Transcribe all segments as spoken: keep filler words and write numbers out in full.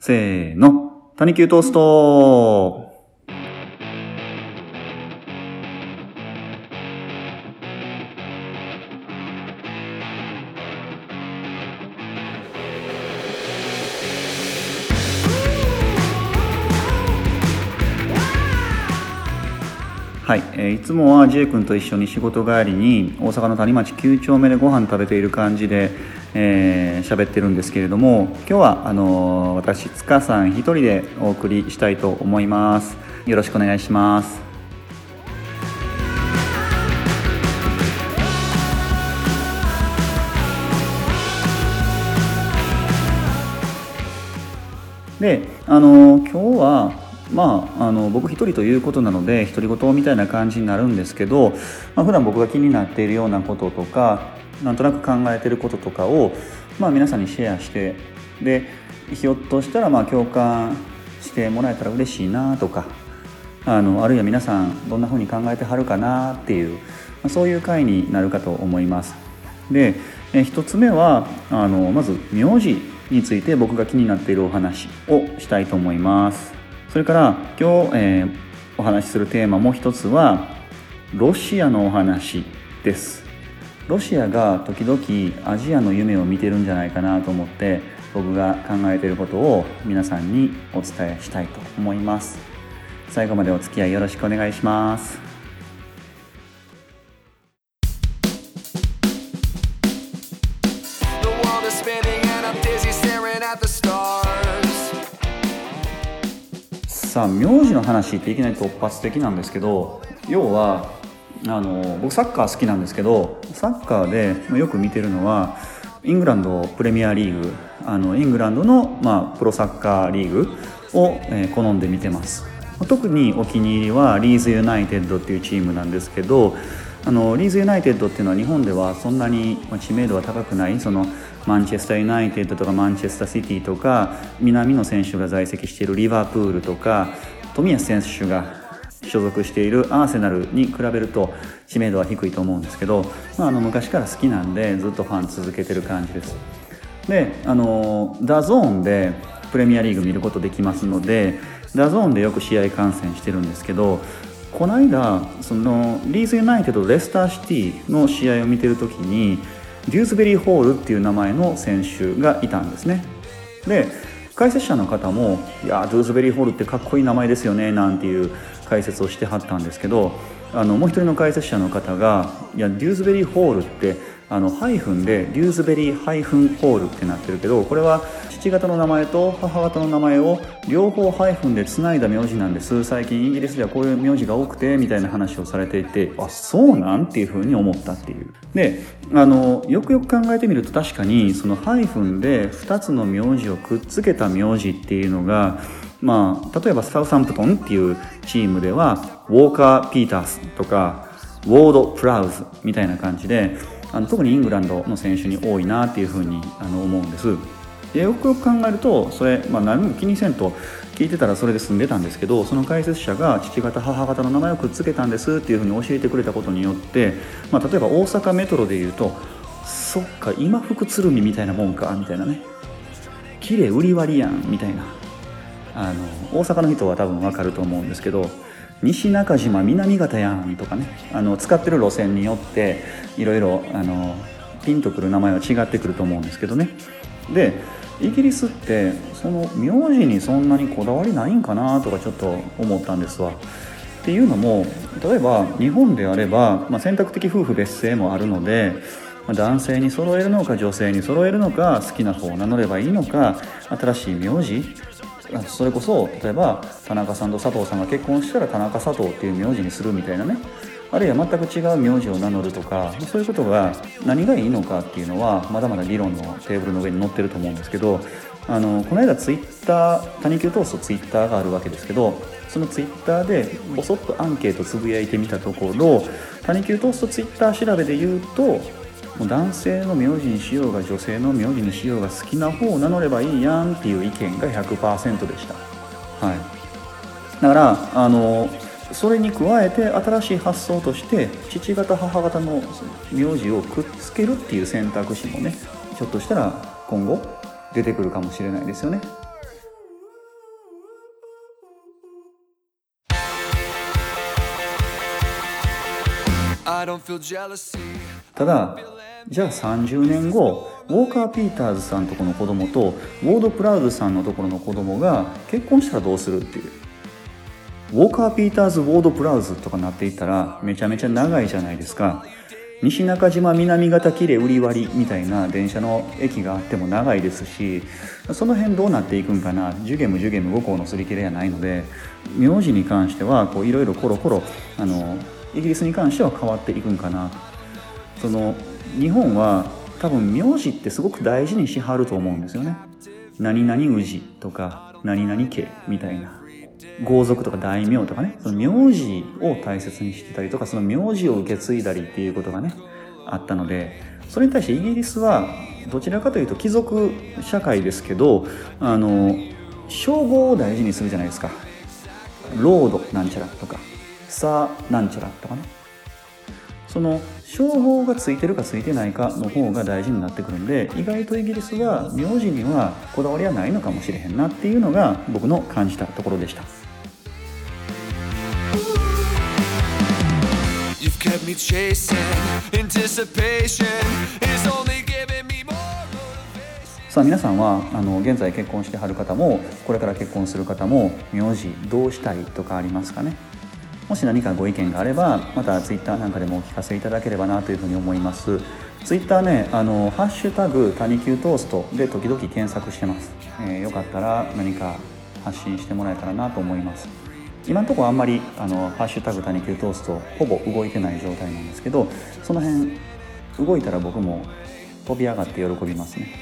せーの、タニキュートースト。はい、えー、いつもは J 君と一緒に仕事帰りに大阪の谷町きゅう丁目でご飯食べている感じでえー、喋ってるんですけれども、今日はあのー、私塚さん一人でお送りしたいと思います。よろしくお願いします。で、あのー、今日はまあ、あの僕一人ということなので独り言みたいな感じになるんですけど、まあ、普段僕が気になっているようなこととかなんとなく考えていることとかを、まあ、皆さんにシェアして、でひょっとしたらまあ共感してもらえたら嬉しいなとか、あのあるいは皆さんどんな風に考えてはるかなっていう、まあ、そういう回になるかと思います。でえ一つ目はあのまず名字について僕が気になっているお話をしたいと思います。それから今日、えー、お話しするテーマも一つはロシアのお話です。ロシアが時々アジアの夢を見てるんじゃないかなと思って、僕が考えていることを皆さんにお伝えしたいと思います。最後までお付き合いよろしくお願いします。さあ、名字の話っていきなり突発的なんですけど、要はあの僕サッカー好きなんですけど、サッカーでよく見てるのはイングランドプレミアリーグ、あのイングランドの、まあ、プロサッカーリーグを、えー、好んで見てます。特にお気に入りはリーズユナイテッドっていうチームなんですけど、あのリーズユナイテッドっていうのは日本ではそんなに知名度は高くない、そのマンチェスターユナイテッドとかマンチェスターシティとか南の選手が在籍しているリバプールとか冨安選手が所属しているアーセナルに比べると知名度は低いと思うんですけど、まあ、あの昔から好きなんでずっとファン続けてる感じです。で、あのダゾーンでプレミアリーグ見ることできますので、ダゾーンでよく試合観戦してるんですけど、この間そのリーズユナイテッドとレスターシティの試合を見てるときにデューズベリーホールっていう名前の選手がいたんですね。で解説者の方もいやデューズベリーホールってかっこいい名前ですよねなんていう解説をしてはったんですけど、あのもう一人の解説者の方がいやデューズベリーホールってあのハイフンでデューズベリーハイフンホールってなってるけど、これは父方の名前と母方の名前を両方ハイフンでつないだ名字なんです。最近イギリスではこういう名字が多くてみたいな話をされていて、あ、そうなんっていうふうに思ったっていう。で、あのよくよく考えてみると確かにそのハイフンでふたつの名字をくっつけた名字っていうのが、まあ、例えばサウサンプトンっていうチームではウォーカー・ピータースとかウォード・プラウズみたいな感じで、あの特にイングランドの選手に多いなっていうふうにあの思うんです。でよくよく考えるとそれ、まあ、何も気にせんと聞いてたらそれで済んでたんですけど、その解説者が父方母方の名前をくっつけたんですっていうふうに教えてくれたことによって、まあ、例えば大阪メトロでいうとそっか今福鶴見みたいなもんかみたいなね、綺麗売り割りやんみたいな、あの大阪の人は多分分かると思うんですけど、西中島南方やんとかね、あの使ってる路線によっていろいろあのピンとくる名前は違ってくると思うんですけどね。でイギリスってその名字にそんなにこだわりないんかなとかちょっと思ったんですわ。っていうのも例えば日本であれば、まあ、選択的夫婦別姓もあるので、まあ、男性に揃えるのか女性に揃えるのか好きな方を名乗ればいいのか、新しい名字、それこそ例えば田中さんと佐藤さんが結婚したら田中佐藤っていう名字にするみたいなね、あるいは全く違う名字を名乗るとか、そういうことが何がいいのかっていうのはまだまだ議論のテーブルの上に載ってると思うんですけど、あのこの間ツイッタータニキュートーストツイッターがあるわけですけど、そのツイッターでボソッとアンケートつぶやいてみたところ、タニキュートーストツイッター調べで言うともう男性の名字にしようが女性の名字にしようが好きな方を名乗ればいいやんっていう意見が ひゃくパーセント でした。はい、だからあのそれに加えて新しい発想として父方母方の名字をくっつけるっていう選択肢もね、ひょっとしたら今後出てくるかもしれないですよね。 ただじゃあさんじゅうねんごウォーカー・ピーターズさんとこの子供とウォード・プラウドさんのところの子供が結婚したらどうするっていう、ウォーカー・ピーターズ・ウォード・プラウズとかなっていったらめちゃめちゃ長いじゃないですか。西中島南方きれ売り割りみたいな電車の駅があっても長いですし、その辺どうなっていくんかな、ジュゲムジュゲムご校のすり切れやないので、名字に関してはいろいろコロコロあのイギリスに関しては変わっていくんかな。その日本は多分名字ってすごく大事にしはると思うんですよね。何々氏とか何々家みたいな、豪族とか大名とかね、その名字を大切にしてたりとか、その名字を受け継いだりっていうことがねあったので、それに対してイギリスはどちらかというと貴族社会ですけど、あの称号を大事にするじゃないですか。ロードなんちゃらとかサーなんちゃらとかね、その称号がついてるかついてないかの方が大事になってくるんで、意外とイギリスは名字にはこだわりはないのかもしれへんなっていうのが僕の感じたところでした。さあ皆さんはあの現在結婚してはる方もこれから結婚する方も名字どうしたいとかありますかね。もし何かご意見があればまたツイッターなんかでもお聞かせいただければなというふうに思います。ツイッターね、あのハッシュタグタニキュートーストで時々検索してます。えー、よかったら何か発信してもらえたらなと思います。今のところあんまりあのハッシュタグタニキュートーストほぼ動いてない状態なんですけど、その辺動いたら僕も飛び上がって喜びますね。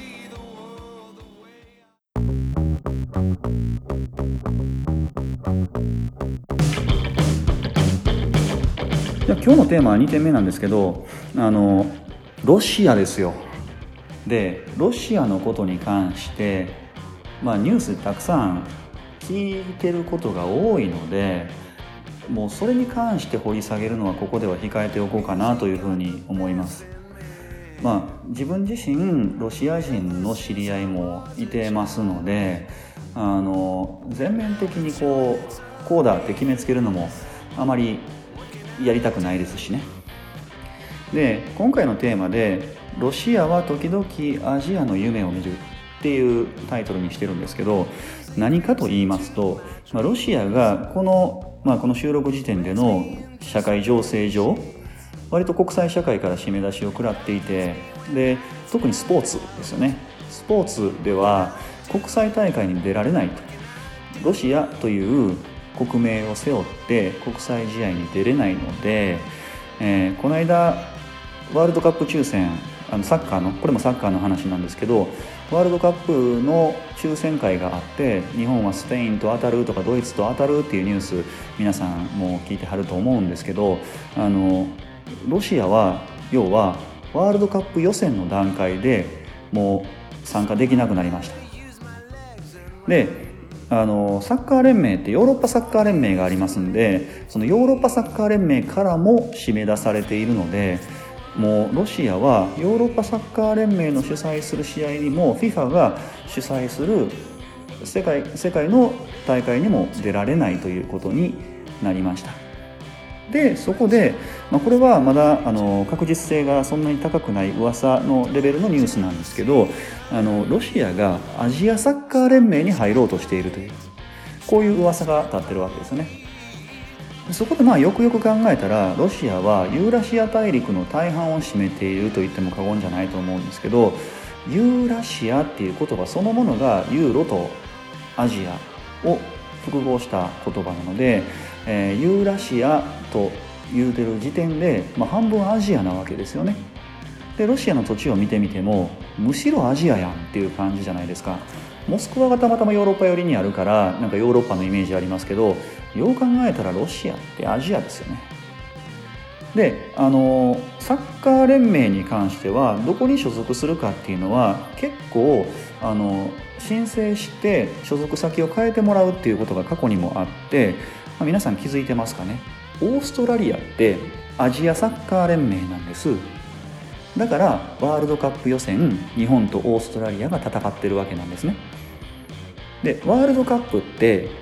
じゃあ今日のテーマはにてんめなんですけど、あのロシアですよ。でロシアのことに関して、まあ、ニュースたくさん聞いてることが多いので、もうそれに関して掘り下げるのはここでは控えておこうかなというふうに思います。まあ、自分自身ロシア人の知り合いもいてますので、あの全面的にこうこうだって決めつけるのもあまりやりたくないですしね。で今回のテーマでロシアは時々アジアの夢を見るっていうタイトルにしてるんですけど、何かと言いますと、まあ、ロシアがこの、まあ、この収録時点での社会情勢上割と国際社会から締め出しを食らっていて、で特にスポーツですよね。スポーツでは国際大会に出られないと、ロシアという国名を背負って国際試合に出れないので、えー、この間ワールドカップ抽選、あのサッカーのこれもサッカーの話なんですけど、ワールドカップの抽選会があって、日本はスペインと当たるとかドイツと当たるっていうニュース皆さんも聞いてはると思うんですけど、あのロシアは要はワールドカップ予選の段階でもう参加できなくなりました。であのサッカー連盟ってヨーロッパサッカー連盟がありますんで、そのヨーロッパサッカー連盟からも締め出されているので、もうロシアはヨーロッパサッカー連盟の主催する試合にも フィファ が主催する世界、世界の大会にも出られないということになりました。でそこで、まあ、これはまだあの確実性がそんなに高くない噂のレベルのニュースなんですけど、あのロシアがアジアサッカー連盟に入ろうとしているという、こういう噂が立ってるわけですよね。そこでまあよくよく考えたら、ロシアはユーラシア大陸の大半を占めていると言っても過言じゃないと思うんですけど、ユーラシアっていう言葉そのものがユーロとアジアを複合した言葉なので、えー、ユーラシアと言うてる時点で、まあ、半分アジアなわけですよね。でロシアの土地を見てみてもむしろアジアやんっていう感じじゃないですか。モスクワがたまたまヨーロッパ寄りにあるからなんかヨーロッパのイメージありますけど、よう考えたらロシアってアジアですよね。であのサッカー連盟に関してはどこに所属するかっていうのは結構あの申請して所属先を変えてもらうっていうことが過去にもあって、まあ、皆さん気づいてますかね。オーストラリアってアジアサッカー連盟なんです。だからワールドカップ予選日本とオーストラリアが戦ってるわけなんですね。でワールドカップって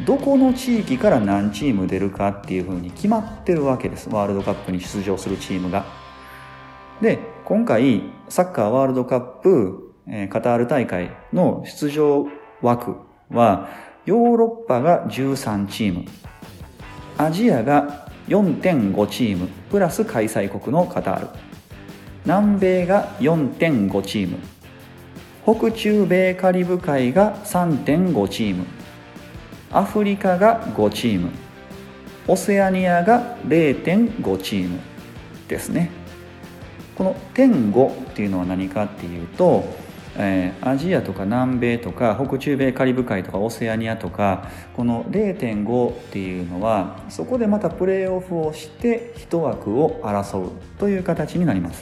どこの地域から何チーム出るかっていう風に決まってるわけです。ワールドカップに出場するチームが。で、今回サッカーワールドカップ、えー、カタール大会の出場枠はヨーロッパがじゅうさんチーム、アジアが よんてんご チームプラス開催国のカタール、南米が よんてんご チーム、北中米カリブ海が さんてんご チーム、アフリカがごチーム、オセアニアが れいてんご チームですね。この点ごっていうのは何かっていうと、えー、アジアとか南米とか北中米カリブ海とかオセアニアとか、この れいてんご っていうのはそこでまたプレーオフをして一枠を争うという形になります。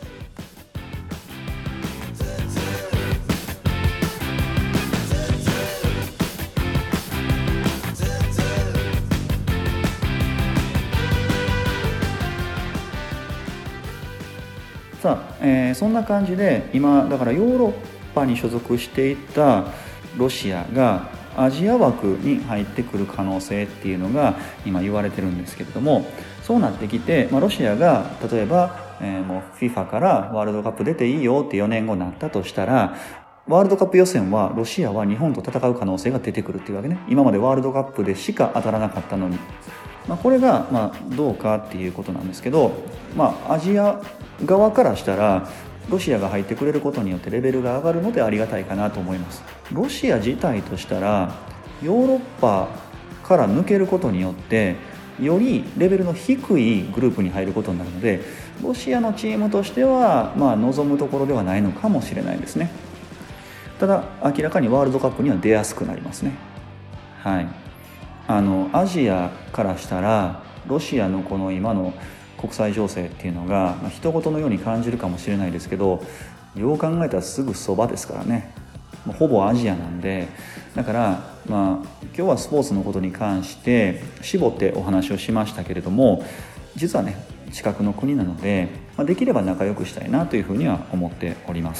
さあ、えー、そんな感じで今だからヨーロッパに所属していたロシアがアジア枠に入ってくる可能性っていうのが今言われてるんですけれども、そうなってきて、まあ、ロシアが例えば、えー、もう フィファ からワールドカップ出ていいよってよねんごになったとしたら、ワールドカップ予選はロシアは日本と戦う可能性が出てくるっていうわけね。今までワールドカップでしか当たらなかったのに、まあ、これがまあどうかっていうことなんですけど、まあ、アジア側からしたらロシアが入ってくれることによってレベルが上がるのでありがたいかなと思います。ロシア自体としたらヨーロッパから抜けることによってよりレベルの低いグループに入ることになるので、ロシアのチームとしてはまあ望むところではないのかもしれないですね。ただ明らかにワールドカップには出やすくなりますね。はい、あのアジアからしたらロシアのこの今の国際情勢っていうのが人事のように感じるかもしれないですけど、よう考えたらすぐそばですからね。ほぼアジアなんで、だからまあ今日はスポーツのことに関して絞ってお話をしましたけれども、実はね近くの国なので、まあ、できれば仲良くしたいなというふうには思っております。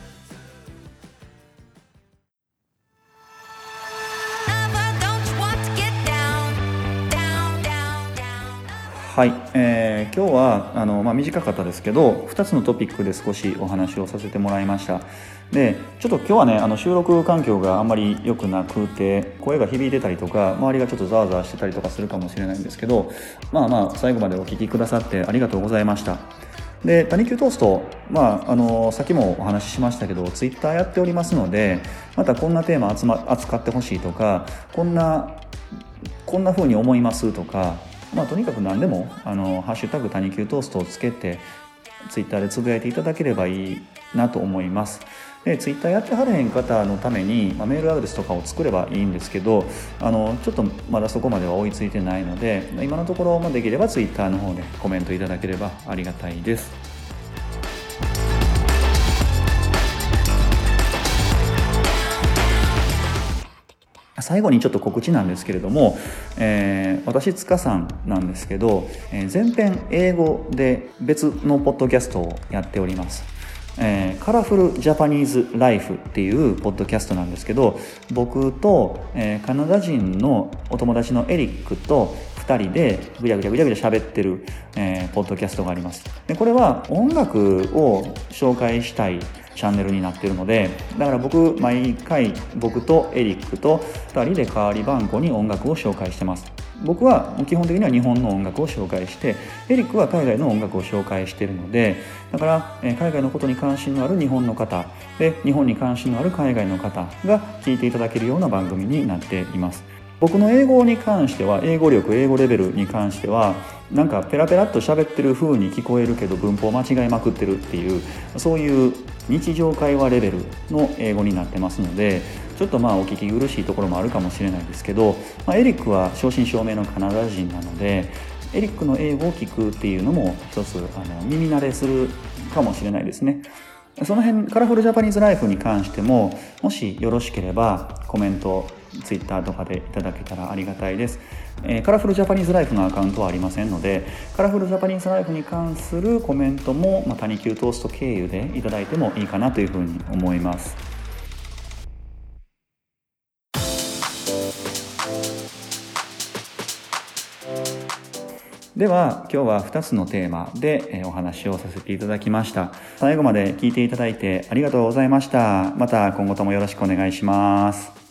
はい、えー、今日はあの、まあ、短かったですけどふたつのトピックで少しお話をさせてもらいました。でちょっと今日はねあの収録環境があんまり良くなくて声が響いてたりとか周りがちょっとザーザーしてたりとかするかもしれないんですけど、まあまあ最後までお聞きくださってありがとうございました。でタニキュートースト、まあ、あのさっきもお話ししましたけどツイッターやっておりますので、またこんなテーマ集、ま、扱ってほしいとかこんなこんな風に思いますとか、まあ、とにかく何でもあのハッシュタグタニキュートーストをつけてツイッターでつぶやいていただければいいなと思います。でツイッターやってはれへん方のために、まあ、メールアドレスとかを作ればいいんですけど、あのちょっとまだそこまでは追いついてないので、今のところ、まあ、できればツイッターの方でコメントいただければありがたいです。最後にちょっと告知なんですけれども、えー、私塚さんなんですけど、えー、全編英語で別のポッドキャストをやっております。えー、カラフルジャパニーズライフっていうポッドキャストなんですけど、僕と、えー、カナダ人のお友達のエリックとふたりでぐちゃぐちゃぐちゃぐちゃ喋ってる、えー、ポッドキャストがあります。でこれは音楽を紹介したいチャンネルになっているので、だから僕毎回僕とエリックとふたりで代わり番号に音楽を紹介してます。僕は基本的には日本の音楽を紹介して、エリックは海外の音楽を紹介しているので、だから海外のことに関心のある日本の方で日本に関心のある海外の方が聞いていただけるような番組になっています。僕の英語に関しては、英語力英語レベルに関してはなんかペラペラっと喋ってる風に聞こえるけど文法間違いまくってるっていう、そういう日常会話レベルの英語になってますので、ちょっとまあお聞き苦しいところもあるかもしれないですけど、まあ、エリックは正真正銘のカナダ人なので、エリックの英語を聞くっていうのも一つあの耳慣れするかもしれないですね。その辺カラフルジャパニーズライフに関しても、もしよろしければコメントツイッターとかでいただけたらありがたいです。えー、カラフルジャパニーズライフのアカウントはありませんので、カラフルジャパニーズライフに関するコメントも、まあ、タニキュートースト経由でいただいてもいいかなというふうに思います。 では今日はふたつのテーマでお話をさせていただきました。最後まで聞いていただいてありがとうございました。また今後ともよろしくお願いします。